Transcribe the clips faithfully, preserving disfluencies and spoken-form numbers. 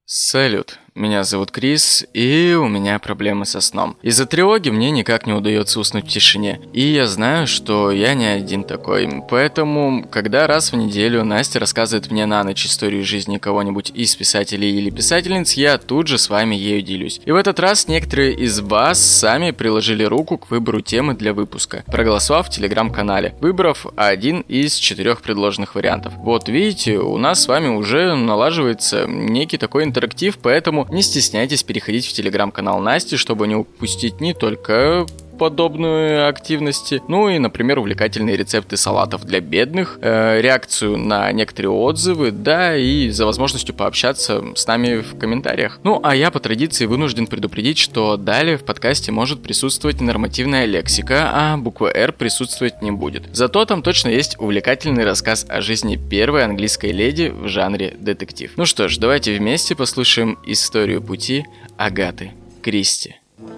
Салют, меня зовут Крис, и у меня проблемы со сном. Из-за тревоги мне никак не удается уснуть в тишине, и я знаю, что я не один такой. Поэтому, когда раз в неделю Настя рассказывает мне на ночь историю жизни кого-нибудь из писателей или писательниц, я тут же с вами ею делюсь. И в этот раз некоторые из вас сами приложили руку к выбору темы для выпуска, проголосовав в телеграм-канале, выбрав один из четырех предложенных вариантов. Вот видите, у нас с вами уже налаживается некий такой интерактив, поэтому не стесняйтесь переходить в телеграм-канал Насти, чтобы не упустить не только подобные активности, ну и, например, увлекательные рецепты салатов для бедных, э, реакцию на некоторые отзывы, да, и за возможностью пообщаться с нами в комментариях. Ну, а я по традиции вынужден предупредить, что далее в подкасте может присутствовать нормативная лексика, а буква «Р» присутствовать не будет. Зато там точно есть увлекательный рассказ о жизни первой английской леди в жанре детектив. Ну что ж, давайте вместе послушаем историю пути Агаты Кристи.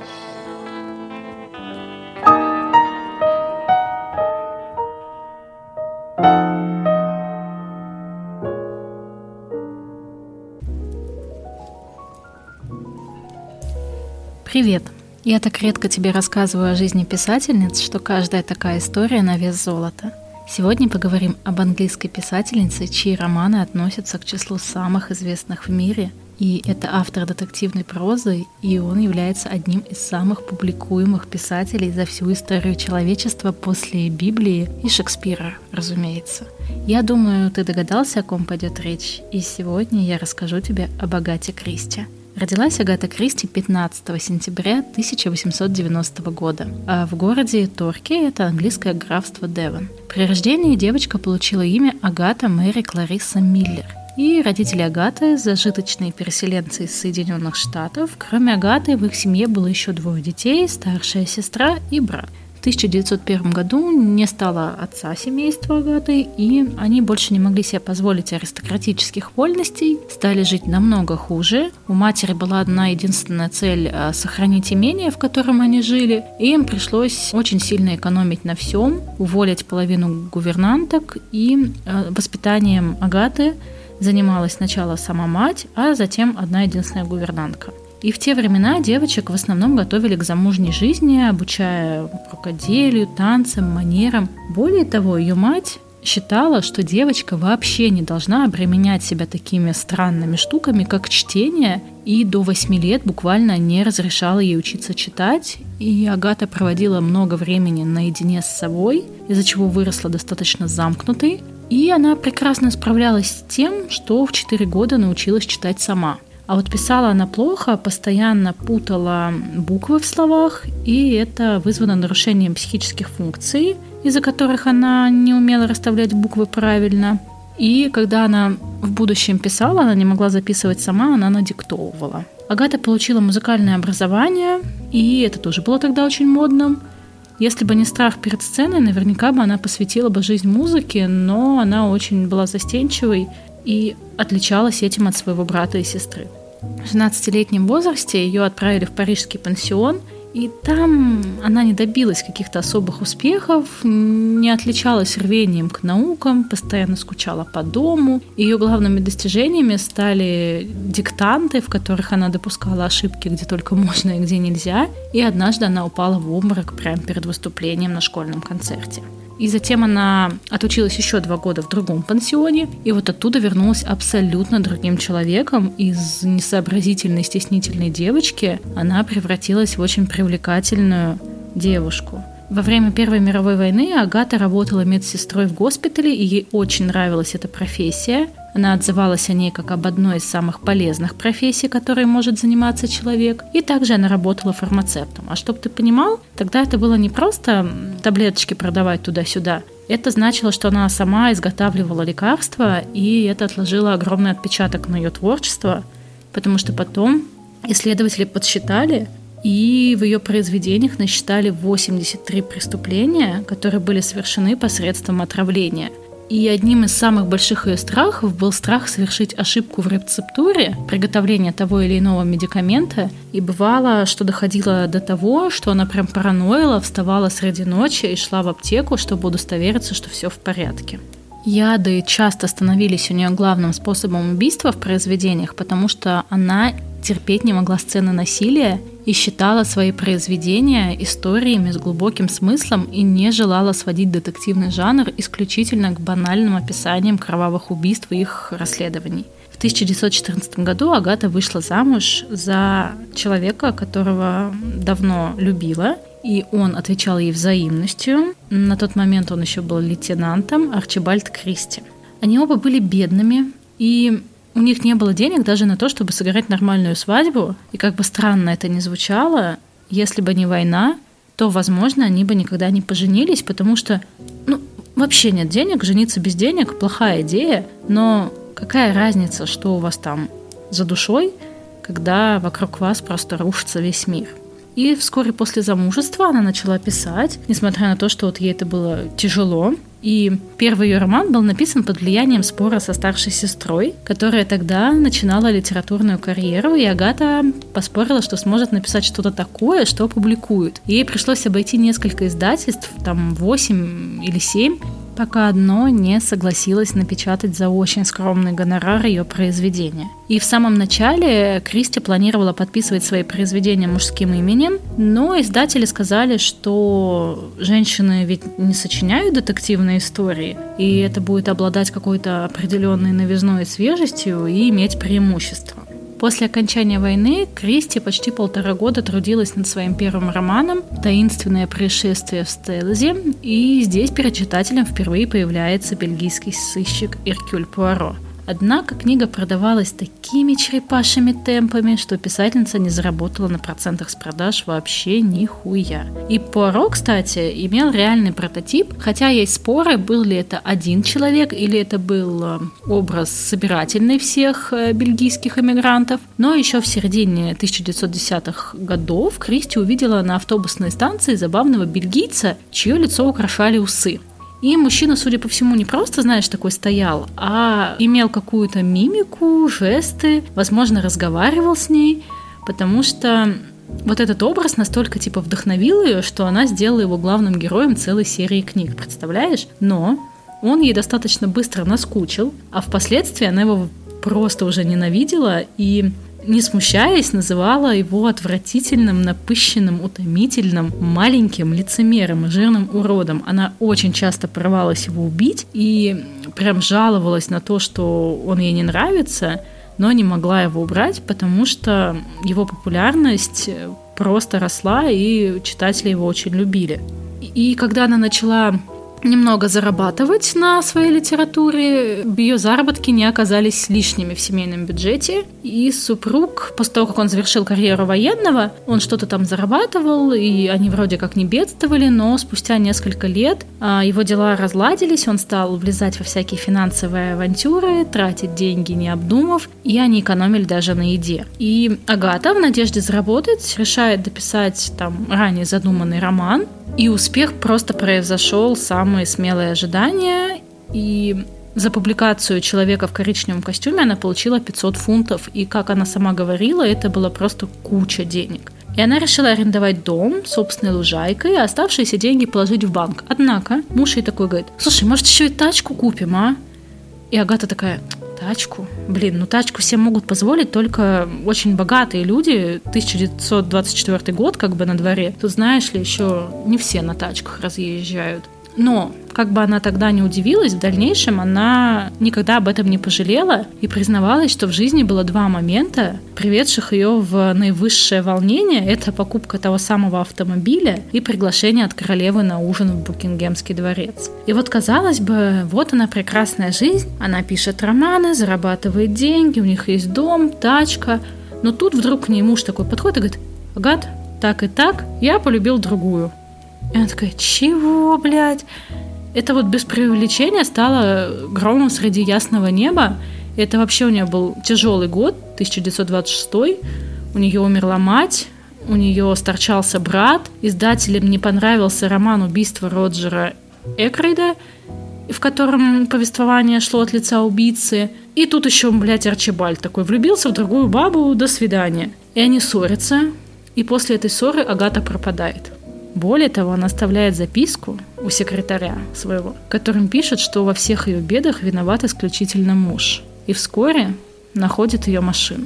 Привет! Я так редко тебе рассказываю о жизни писательниц, что каждая такая история на вес золота. Сегодня поговорим об английской писательнице, чьи романы относятся к числу самых известных в мире. И это автор детективной прозы, и он является одним из самых публикуемых писателей за всю историю человечества после Библии и Шекспира, разумеется. Я думаю, ты догадался, о ком пойдет речь, и сегодня я расскажу тебе об Агате Кристи. Родилась Агата Кристи пятнадцатого сентября тысяча восемьсот девяностого года, а в городе Торки, это английское графство Девон. При рождении девочка получила имя Агата Мэри Кларисса Миллер. И родители Агаты – зажиточные переселенцы из Соединенных Штатов. Кроме Агаты, в их семье было еще двое детей, старшая сестра и брат. В тысяча девятьсот первом году не стало отца семейства Агаты, и они больше не могли себе позволить аристократических вольностей, стали жить намного хуже. У матери была одна единственная цель – сохранить имение, в котором они жили, и им пришлось очень сильно экономить на всем, уволить половину гувернанток, и воспитанием Агаты занималась сначала сама мать, а затем одна единственная гувернантка. И в те времена девочек в основном готовили к замужней жизни, обучая рукоделию, танцам, манерам. Более того, ее мать считала, что девочка вообще не должна обременять себя такими странными штуками, как чтение, и до восьми лет буквально не разрешала ей учиться читать. И Агата проводила много времени наедине с собой, из-за чего выросла достаточно замкнутой. И она прекрасно справлялась с тем, что в четыре года научилась читать сама. А вот писала она плохо, постоянно путала буквы в словах, и это вызвано нарушением психических функций, из-за которых она не умела расставлять буквы правильно. И когда она в будущем писала, она не могла записывать сама, она надиктовывала. Агата получила музыкальное образование, и это тоже было тогда очень модным. Если бы не страх перед сценой, наверняка бы она посвятила бы жизнь музыке, но она очень была застенчивой и отличалась этим от своего брата и сестры. В шестнадцатилетнем возрасте ее отправили в парижский пансион, и там она не добилась каких-то особых успехов, не отличалась рвением к наукам, постоянно скучала по дому. Ее главными достижениями стали диктанты, в которых она допускала ошибки где только можно и где нельзя, и однажды она упала в обморок прямо перед выступлением на школьном концерте. И затем она отучилась еще два года в другом пансионе, и вот оттуда вернулась абсолютно другим человеком. Из несообразительной, стеснительной девочки она превратилась в очень привлекательную девушку. Во время Первой мировой войны Агата работала медсестрой в госпитале, и ей очень нравилась эта профессия. Она отзывалась о ней как об одной из самых полезных профессий, которой может заниматься человек. И также она работала фармацевтом. А чтобы ты понимал, тогда это было не просто таблеточки продавать туда-сюда. Это значило, что она сама изготавливала лекарства, и это отложило огромный отпечаток на ее творчество, потому что потом исследователи подсчитали, и в ее произведениях насчитали восемьдесят три преступления, которые были совершены посредством отравления. И одним из самых больших ее страхов был страх совершить ошибку в рецептуре приготовления того или иного медикамента. И бывало, что доходило до того, что она прям параноила, вставала среди ночи и шла в аптеку, чтобы удостовериться, что все в порядке. Яды часто становились у нее главным способом убийства в произведениях, потому что она терпеть не могла сцены насилия и считала свои произведения историями с глубоким смыслом и не желала сводить детективный жанр исключительно к банальным описаниям кровавых убийств и их расследований. В тысяча девятьсот четырнадцатом году Агата вышла замуж за человека, которого давно любила, и он отвечал ей взаимностью. На тот момент он еще был лейтенантом, Арчибальд Кристи. Они оба были бедными, и у них не было денег даже на то, чтобы сыграть нормальную свадьбу. И как бы странно это ни звучало, если бы не война, то, возможно, они бы никогда не поженились, потому что, ну, вообще нет денег, жениться без денег – плохая идея, но какая разница, что у вас там за душой, когда вокруг вас просто рушится весь мир. И вскоре после замужества она начала писать, несмотря на то, что вот ей это было тяжело. И первый ее роман был написан под влиянием спора со старшей сестрой, которая тогда начинала литературную карьеру, и Агата поспорила, что сможет написать что-то такое, что опубликуют. Ей пришлось обойти несколько издательств, там восемь или семь, пока одно не согласилось напечатать за очень скромный гонорар ее произведения. И в самом начале Кристи планировала подписывать свои произведения мужским именем, но издатели сказали, что женщины ведь не сочиняют детективные истории, и это будет обладать какой-то определенной новизной и свежестью и иметь преимущество. После окончания войны Кристи почти полтора года трудилась над своим первым романом «Таинственное происшествие в Стелзе», и здесь перед читателем впервые появляется бельгийский сыщик Эркюль Пуаро. Однако книга продавалась такими черепашьими темпами, что писательница не заработала на процентах с продаж вообще нихуя. И Пуаро, кстати, имел реальный прототип, хотя есть споры, был ли это один человек или это был образ собирательный всех бельгийских эмигрантов. Но еще в середине тысяча девятьсот десятых годов Кристи увидела на автобусной станции забавного бельгийца, чье лицо украшали усы. И мужчина, судя по всему, не просто, знаешь, такой стоял, а имел какую-то мимику, жесты, возможно, разговаривал с ней, потому что вот этот образ настолько типа вдохновил ее, что она сделала его главным героем целой серии книг, представляешь? Но он ей достаточно быстро наскучил, а впоследствии она его просто уже ненавидела и, не смущаясь, называла его отвратительным, напыщенным, утомительным, маленьким лицемером и жирным уродом. Она очень часто порывалась его убить и прям жаловалась на то, что он ей не нравится, но не могла его убрать, потому что его популярность просто росла, и читатели его очень любили. И когда она начала немного зарабатывать на своей литературе, ее заработки не оказались лишними в семейном бюджете, и супруг, после того, как он завершил карьеру военного, он что-то там зарабатывал, и они вроде как не бедствовали, но спустя несколько лет его дела разладились, он стал влезать во всякие финансовые авантюры, тратить деньги не обдумав, и они экономили даже на еде. И Агата в надежде заработать решает дописать там ранее задуманный роман, и успех просто превзошел самые смелые ожидания, и за публикацию «Человека в коричневом костюме» она получила пятьсот фунтов, и, как она сама говорила, это было просто куча денег. И она решила арендовать дом с собственной лужайкой, а оставшиеся деньги положить в банк. Однако муж ей такой говорит: «Слушай, может, еще и тачку купим, а?» И Агата такая: «Тачку? Блин, ну тачку все могут позволить только очень богатые люди. тысяча девятьсот двадцать четвёртый год как бы на дворе. Тут, знаешь ли, еще не все на тачках разъезжают». Но, как бы она тогда не удивилась, в дальнейшем она никогда об этом не пожалела и признавалась, что в жизни было два момента, приведших ее в наивысшее волнение. Это покупка того самого автомобиля и приглашение от королевы на ужин в Букингемский дворец. И вот, казалось бы, вот она, прекрасная жизнь, она пишет романы, зарабатывает деньги, у них есть дом, тачка. Но тут вдруг к ней муж такой подходит и говорит: «Агат, так и так, я полюбил другую». И она такая: «Чего, блядь?» Это вот без преувеличения стало громом среди ясного неба. Это вообще у нее был тяжелый год, тысяча девятьсот двадцать шестой. У нее умерла мать, у нее сторчался брат. Издателям не понравился роман «Убийство Роджера Экройда», в котором повествование шло от лица убийцы. И тут еще, блядь, Арчибальд такой влюбился в другую бабу, до свидания. И они ссорятся, и после этой ссоры Агата пропадает. Более того, она оставляет записку, у секретаря своего, которым пишет, что во всех ее бедах виноват исключительно муж. И вскоре находит ее машину.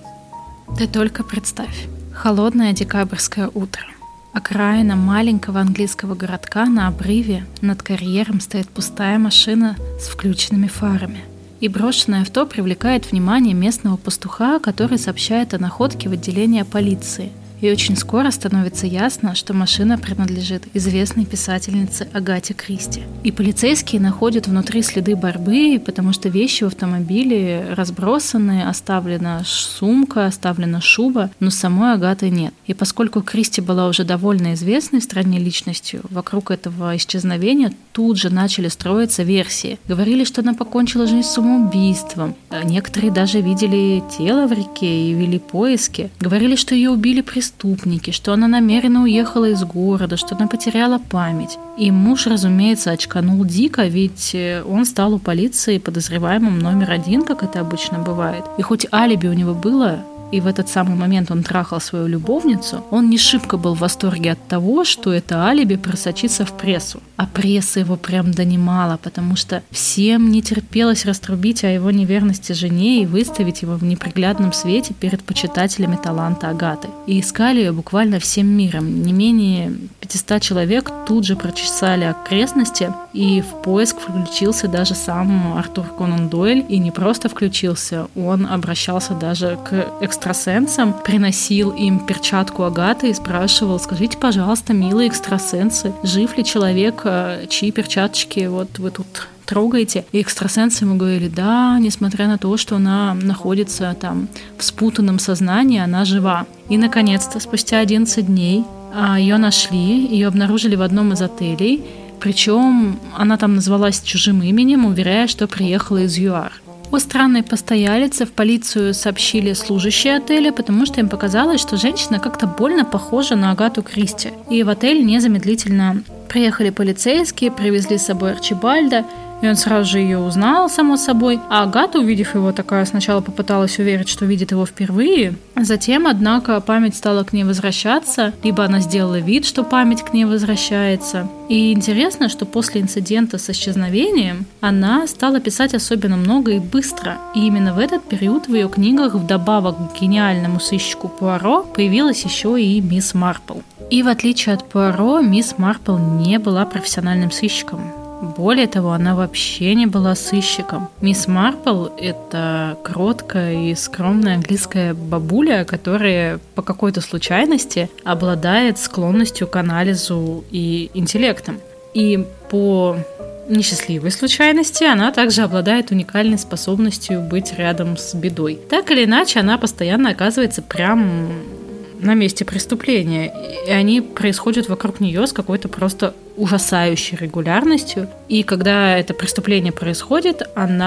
Ты только представь. Холодное декабрьское утро. Окраина маленького английского городка на обрыве над карьером стоит пустая машина с включенными фарами. И брошенное авто привлекает внимание местного пастуха, который сообщает о находке в отделение полиции. И очень скоро становится ясно, что машина принадлежит известной писательнице Агате Кристи. И полицейские находят внутри следы борьбы, потому что вещи в автомобиле разбросаны, оставлена сумка, оставлена шуба, но самой Агаты нет. И поскольку Кристи была уже довольно известной в стране личностью, вокруг этого исчезновения тут же начали строиться версии. Говорили, что она покончила жизнь самоубийством. Некоторые даже видели тело в реке и вели поиски. Говорили, что ее убили преступники. Преступники, что она намеренно уехала из города, что она потеряла память. И муж, разумеется, очканул дико, ведь он стал у полиции подозреваемым номер один, как это обычно бывает. И хоть алиби у него было, и в этот самый момент он трахал свою любовницу, он не шибко был в восторге от того, что это алиби просочится в прессу. А пресса его прям донимала, потому что всем не терпелось раструбить о его неверности жене и выставить его в неприглядном свете перед почитателями таланта Агаты. И искали ее буквально всем миром. Не менее пятьсот человек тут же прочесали окрестности, и в поиск включился даже сам Артур Конан Дойль. И не просто включился, он обращался даже к экстрасенсам, экстрасенсом, приносил им перчатку Агаты и спрашивал: скажите, пожалуйста, милые экстрасенсы, жив ли человек, чьи перчаточки вот вы тут трогаете? И экстрасенсы ему говорили: да, несмотря на то, что она находится там в спутанном сознании, она жива. И, наконец-то, спустя одиннадцать дней ее нашли, ее обнаружили в одном из отелей, причем она там назвалась чужим именем, уверяя, что приехала из ЮАР. О странной постоялице в полицию сообщили служащие отеля, потому что им показалось, что женщина как-то больно похожа на Агату Кристи. И в отель незамедлительно приехали полицейские, привезли с собой Арчибальда, и он сразу же ее узнал, само собой. А Агата, увидев его, такая сначала попыталась уверить, что видит его впервые. Затем, однако, память стала к ней возвращаться, либо она сделала вид, что память к ней возвращается. И интересно, что после инцидента с исчезновением она стала писать особенно много и быстро. И именно в этот период в ее книгах, вдобавок к гениальному сыщику Пуаро, появилась еще и мисс Марпл. И в отличие от Пуаро, мисс Марпл не была профессиональным сыщиком. Более того, она вообще не была сыщиком. Мисс Марпл – это кроткая и скромная английская бабуля, которая по какой-то случайности обладает склонностью к анализу и интеллектом. И по несчастливой случайности она также обладает уникальной способностью быть рядом с бедой. Так или иначе, она постоянно оказывается прям на месте преступления, и они происходят вокруг нее с какой-то просто ужасающей регулярностью. И когда это преступление происходит,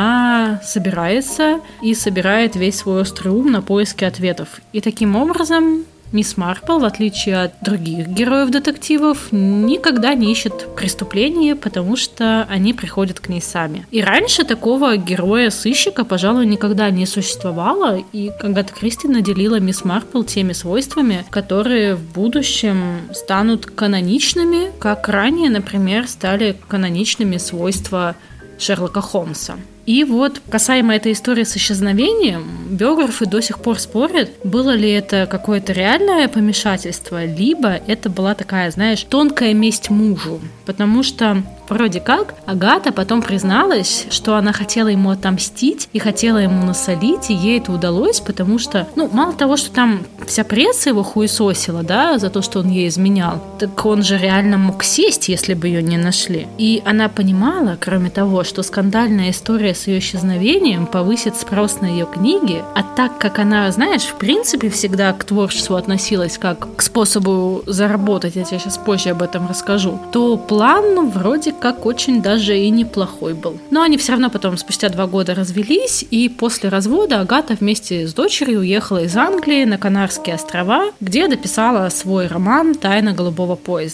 она собирается и собирает весь свой острый ум на поиски ответов. И таким образом мисс Марпл, в отличие от других героев-детективов, никогда не ищет преступления, потому что они приходят к ней сами. И раньше такого героя-сыщика, пожалуй, никогда не существовало, и Агата Кристи наделила мисс Марпл теми свойствами, которые в будущем станут каноничными, как ранее, например, стали каноничными свойства Шерлока Холмса. И вот, касаемо этой истории с исчезновением, биографы до сих пор спорят, было ли это какое-то реальное помешательство, либо это была такая, знаешь, тонкая месть мужу. Потому что вроде как Агата потом призналась, что она хотела ему отомстить и хотела ему насолить, и ей это удалось, потому что, ну, мало того, что там вся пресса его хуесосила, да, за то, что он ей изменял, так он же реально мог сесть, если бы ее не нашли. И она понимала, кроме того, что скандальная история с ее исчезновением повысит спрос на ее книги, а так как она, знаешь, в принципе всегда к творчеству относилась как к способу заработать, я тебе сейчас позже об этом расскажу, то план вроде как очень даже и неплохой был. Но они все равно потом спустя два года развелись, и после развода Агата вместе с дочерью уехала из Англии на Канарские острова, где дописала свой роман «Тайна голубого поезда».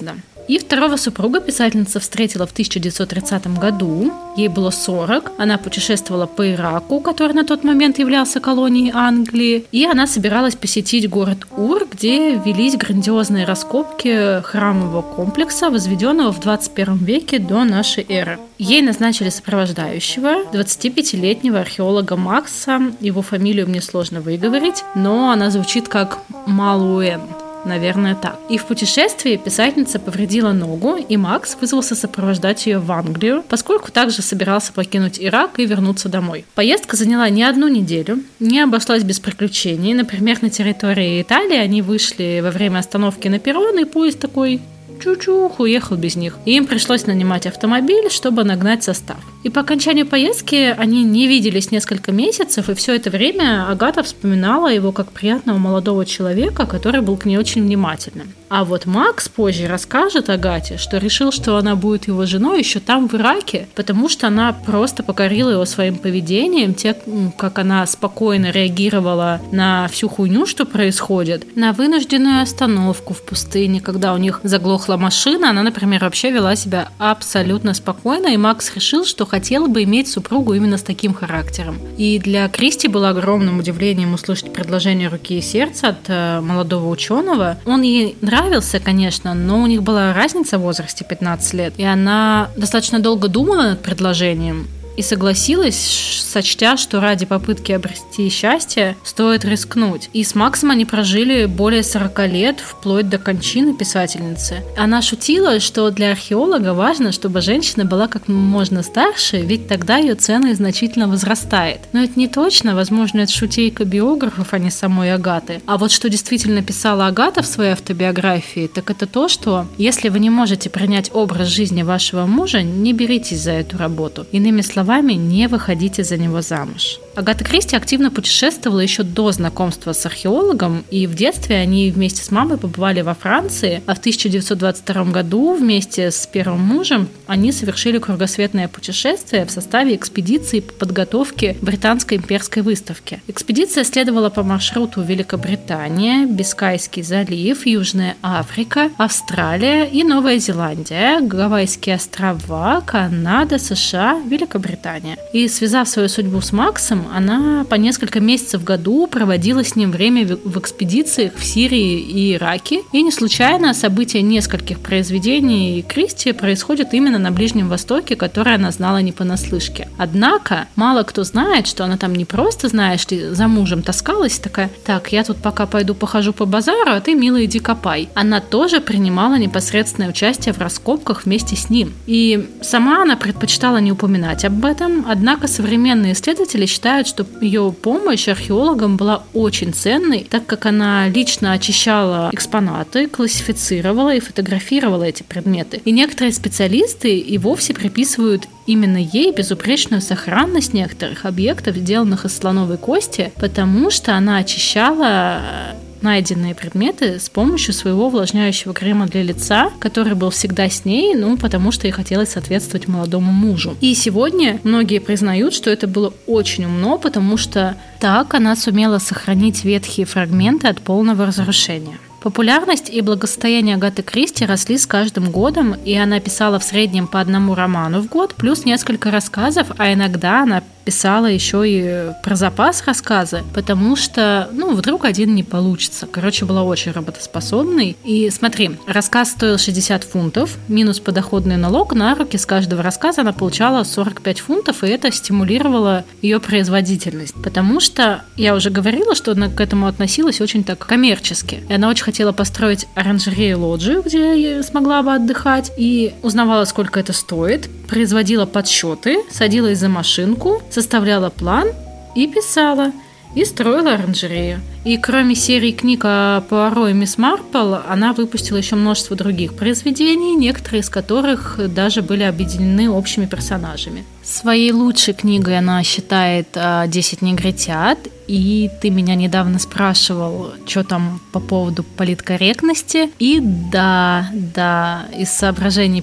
И второго супруга писательница встретила в тысяча девятьсот тридцатом году. Ей было сорок. Она путешествовала по Ираку, который на тот момент являлся колонией Англии. И она собиралась посетить город Ур, где велись грандиозные раскопки храмового комплекса, возведенного в двадцать первом веке до нашей эры. Ей назначили сопровождающего, двадцатипятилетнего археолога Макса. Его фамилию мне сложно выговорить, но она звучит как Малуэн. Наверное, так. И в путешествии писательница повредила ногу, и Макс вызвался сопровождать ее в Англию, поскольку также собирался покинуть Ирак и вернуться домой. Поездка заняла не одну неделю, не обошлась без приключений. Например, на территории Италии они вышли во время остановки на перрон, и поезд такой... чух-чух, уехал без них. И им пришлось нанимать автомобиль, чтобы нагнать состав. И по окончанию поездки они не виделись несколько месяцев, и все это время Агата вспоминала его как приятного молодого человека, который был к ней очень внимательным. А вот Макс позже расскажет Агате, что решил, что она будет его женой еще там, в Ираке, потому что она просто покорила его своим поведением, тем, как она спокойно реагировала на всю хуйню, что происходит, на вынужденную остановку в пустыне, когда у них заглохла машина, она, например, вообще вела себя абсолютно спокойно, и Макс решил, что хотел бы иметь супругу именно с таким характером. И для Кристи было огромным удивлением услышать предложение руки и сердца от э, молодого ученого. Он ей нравился, конечно, но у них была разница в возрасте пятнадцать лет, и она достаточно долго думала над предложением и согласилась, сочтя, что ради попытки обрести счастье стоит рискнуть. И с Максом они прожили более сорок лет, вплоть до кончины писательницы. Она шутила, что для археолога важно, чтобы женщина была как можно старше, ведь тогда ее цена значительно возрастает. Но это не точно, возможно, это шутейка биографов, а не самой Агаты. А вот что действительно писала Агата в своей автобиографии, так это то, что если вы не можете принять образ жизни вашего мужа, не беритесь за эту работу. Иными словами, не выходите за него замуж. Агата Кристи активно путешествовала еще до знакомства с археологом, и в детстве они вместе с мамой побывали во Франции, а в тысяча девятьсот двадцать втором году вместе с первым мужем они совершили кругосветное путешествие в составе экспедиции по подготовке Британской имперской выставки. Экспедиция следовала по маршруту Великобритания, Бискайский залив, Южная Африка, Австралия и Новая Зеландия, Гавайские острова, Канада, США, Великобритания. И, связав свою судьбу с Максом, она по несколько месяцев в году проводила с ним время в экспедициях в Сирии и Ираке. И не случайно события нескольких произведений Кристи происходят именно на Ближнем Востоке, который она знала не понаслышке. Однако, мало кто знает, что она там не просто, знаешь ли, за мужем таскалась, такая: так, я тут пока пойду похожу по базару, а ты, милая, иди копай. Она тоже принимала непосредственное участие в раскопках вместе с ним. И сама она предпочитала не упоминать об этом, однако современные исследователи считают, что ее помощь археологам была очень ценной, так как она лично очищала экспонаты, классифицировала и фотографировала эти предметы. И некоторые специалисты и вовсе приписывают именно ей безупречную сохранность некоторых объектов, сделанных из слоновой кости, потому что она очищала найденные предметы с помощью своего увлажняющего крема для лица, который был всегда с ней, ну, потому что ей хотелось соответствовать молодому мужу. И сегодня многие признают, что это было очень умно, потому что так она сумела сохранить ветхие фрагменты от полного разрушения. Популярность и благосостояние Агаты Кристи росли с каждым годом, и она писала в среднем по одному роману в год, плюс несколько рассказов, а иногда она писала еще и про запас рассказы, потому что, ну, вдруг один не получится. Короче, была очень работоспособной. И смотри, рассказ стоил шестьдесят фунтов, минус подоходный налог, на руки с каждого рассказа она получала сорок пять фунтов, и это стимулировало ее производительность. Потому что, я уже говорила, что она к этому относилась очень так коммерчески. И она очень хотела построить оранжерею-лоджию, где смогла бы отдыхать, и узнавала, сколько это стоит, производила подсчеты, садилась за машинку, составляла план и писала, и строила оранжерею. И кроме серии книг о Пуаро и мисс Марпл, она выпустила еще множество других произведений, некоторые из которых даже были объединены общими персонажами. Своей лучшей книгой она считает «Десять негритят», и ты меня недавно спрашивал, что там по поводу политкорректности. И да, да, из соображений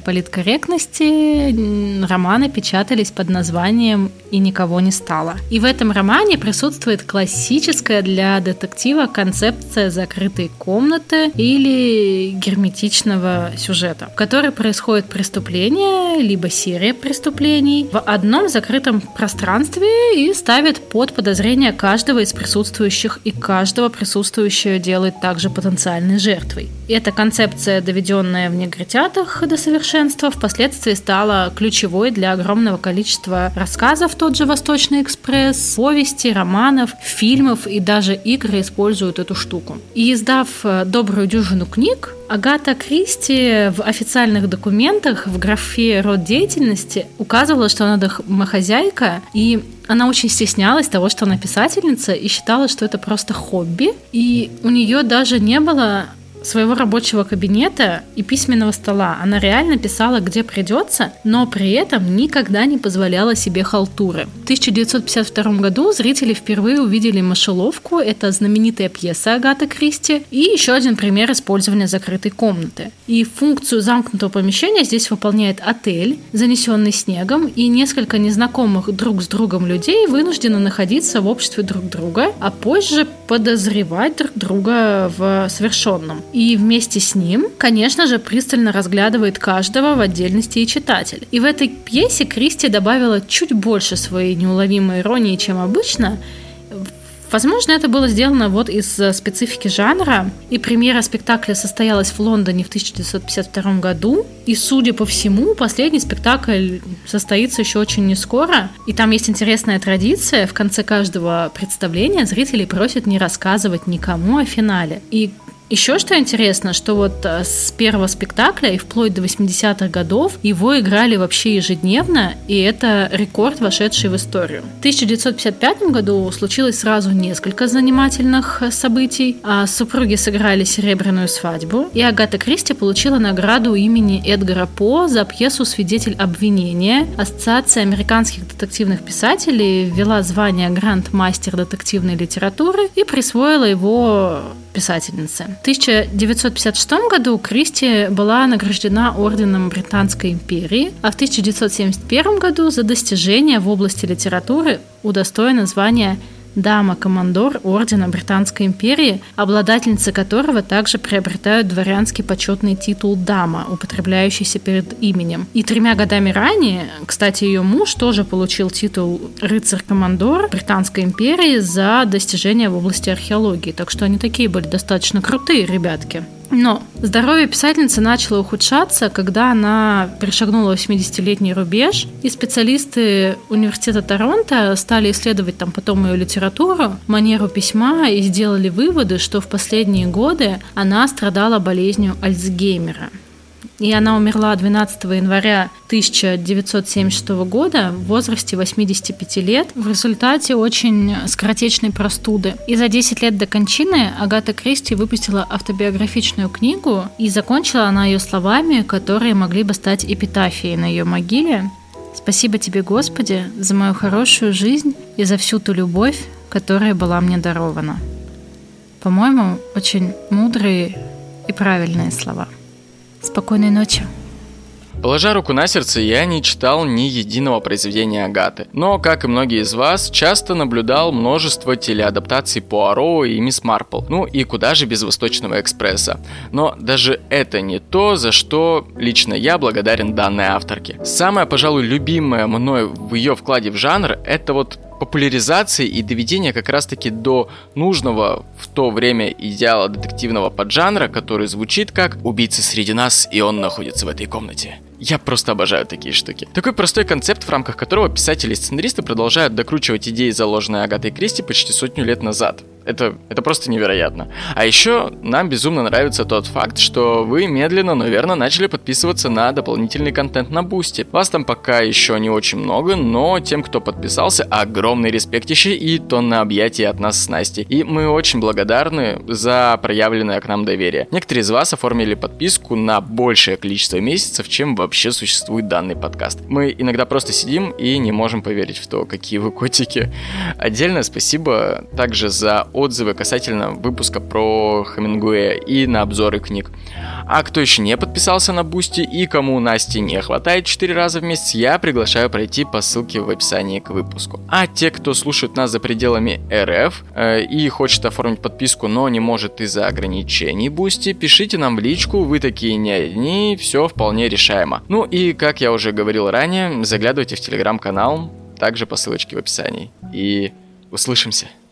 политкорректности романы печатались под названием «И никого не стало». И в этом романе присутствует классическая для детектива детектива концепция закрытой комнаты или герметичного сюжета, в которой происходит преступление, либо серия преступлений в одном закрытом пространстве и ставит под подозрение каждого из присутствующих, и каждого присутствующего делает также потенциальной жертвой. И эта концепция, доведенная в негритятах до совершенства, впоследствии стала ключевой для огромного количества рассказов, тот же «Восточный экспресс», повести, романов, фильмов, и даже игры используют эту штуку. И издав добрую дюжину книг, Агата Кристи в официальных документах в графе «Род деятельности» указывала, что она домохозяйка, и она очень стеснялась того, что она писательница, и считала, что это просто хобби. И у нее даже не было своего рабочего кабинета и письменного стола. Она реально писала, где придется, но при этом никогда не позволяла себе халтуры. В тысяча девятьсот пятьдесят втором году зрители впервые увидели «Мышеловку». Это знаменитая пьеса Агаты Кристи. И еще один пример использования закрытой комнаты. И функцию замкнутого помещения здесь выполняет отель, занесенный снегом, и несколько незнакомых друг с другом людей вынуждены находиться в обществе друг друга, а позже подозревать друг друга в совершенном. И вместе с ним, конечно же, пристально разглядывает каждого в отдельности и читатель. И в этой пьесе Кристи добавила чуть больше своей неуловимой иронии, чем обычно. Возможно, это было сделано вот из специфики жанра. И премьера спектакля состоялась в Лондоне в тысяча девятьсот пятьдесят втором году. И, судя по всему, последний спектакль состоится еще очень не скоро. И там есть интересная традиция. В конце каждого представления зрители просят не рассказывать никому о финале. И еще что интересно, что вот с первого спектакля и вплоть до восьмидесятых годов его играли вообще ежедневно, и это рекорд, вошедший в историю. В тысяча девятьсот пятьдесят пятом году случилось сразу несколько занимательных событий. Супруги сыграли «Серебряную свадьбу», и Агата Кристи получила награду имени Эдгара По за пьесу «Свидетель обвинения». Ассоциация американских детективных писателей ввела звание гранд-мастер детективной литературы и присвоила его писательнице. В тысяча девятьсот пятьдесят шестом году Кристи была награждена орденом Британской империи, а в тысяча девятьсот семьдесят первом году за достижения в области литературы удостоена звания дама-командор ордена Британской империи, обладательницы которого также приобретают дворянский почетный титул дама, употребляющийся перед именем. И тремя годами ранее, кстати, ее муж тоже получил титул рыцарь-командор Британской империи за достижения в области археологии, так что они такие были достаточно крутые ребятки. Но здоровье писательницы начало ухудшаться, когда она перешагнула восьмидесятилетний рубеж, и специалисты университета Торонто стали исследовать там потом ее литературу, манеру письма, и сделали выводы, что в последние годы она страдала болезнью Альцгеймера. И она умерла двенадцатого января тысяча девятьсот семьдесят шестого года в возрасте восьмидесяти пяти лет в результате очень скоротечной простуды. И за десять лет до кончины Агата Кристи выпустила автобиографичную книгу, и закончила она ее словами, которые могли бы стать эпитафией на ее могиле. «Спасибо тебе, Господи, за мою хорошую жизнь и за всю ту любовь, которая была мне дарована». По-моему, очень мудрые и правильные слова. Спокойной ночи. Положа руку на сердце, я не читал ни единого произведения Агаты. Но, как и многие из вас, часто наблюдал множество телеадаптаций Пуаро и Мисс Марпл. Ну и куда же без Восточного экспресса. Но даже это не то, за что лично я благодарен данной авторке. Самое, пожалуй, любимое мной в ее вкладе в жанр, это вот популяризации и доведения как раз-таки до нужного в то время идеала детективного поджанра, который звучит как «убийца среди нас, и он находится в этой комнате». Я просто обожаю такие штуки. Такой простой концепт, в рамках которого писатели и сценаристы продолжают докручивать идеи, заложенные Агатой Кристи почти сотню лет назад. Это, это просто невероятно. А еще нам безумно нравится тот факт, что вы медленно, но верно начали подписываться на дополнительный контент на Бусти. Вас там пока еще не очень много, но тем, кто подписался, огромный респектище и тонна объятий от нас с Настей. И мы очень благодарны за проявленное к нам доверие. Некоторые из вас оформили подписку на большее количество месяцев, чем вообще существует данный подкаст. Мы иногда просто сидим и не можем поверить в то, какие вы котики. Отдельное спасибо также за отзывы касательно выпуска про Хемингуэя и на обзоры книг. А кто еще не подписался на Boosty и кому Насти не хватает четыре раза в месяц, я приглашаю пройти по ссылке в описании к выпуску. А те, кто слушает нас за пределами эр эф э, и хочет оформить подписку, но не может из-за ограничений Boosty, пишите нам в личку, вы такие не одни, все вполне решаемо. Ну и, как я уже говорил ранее, заглядывайте в телеграм-канал, также по ссылочке в описании. И услышимся!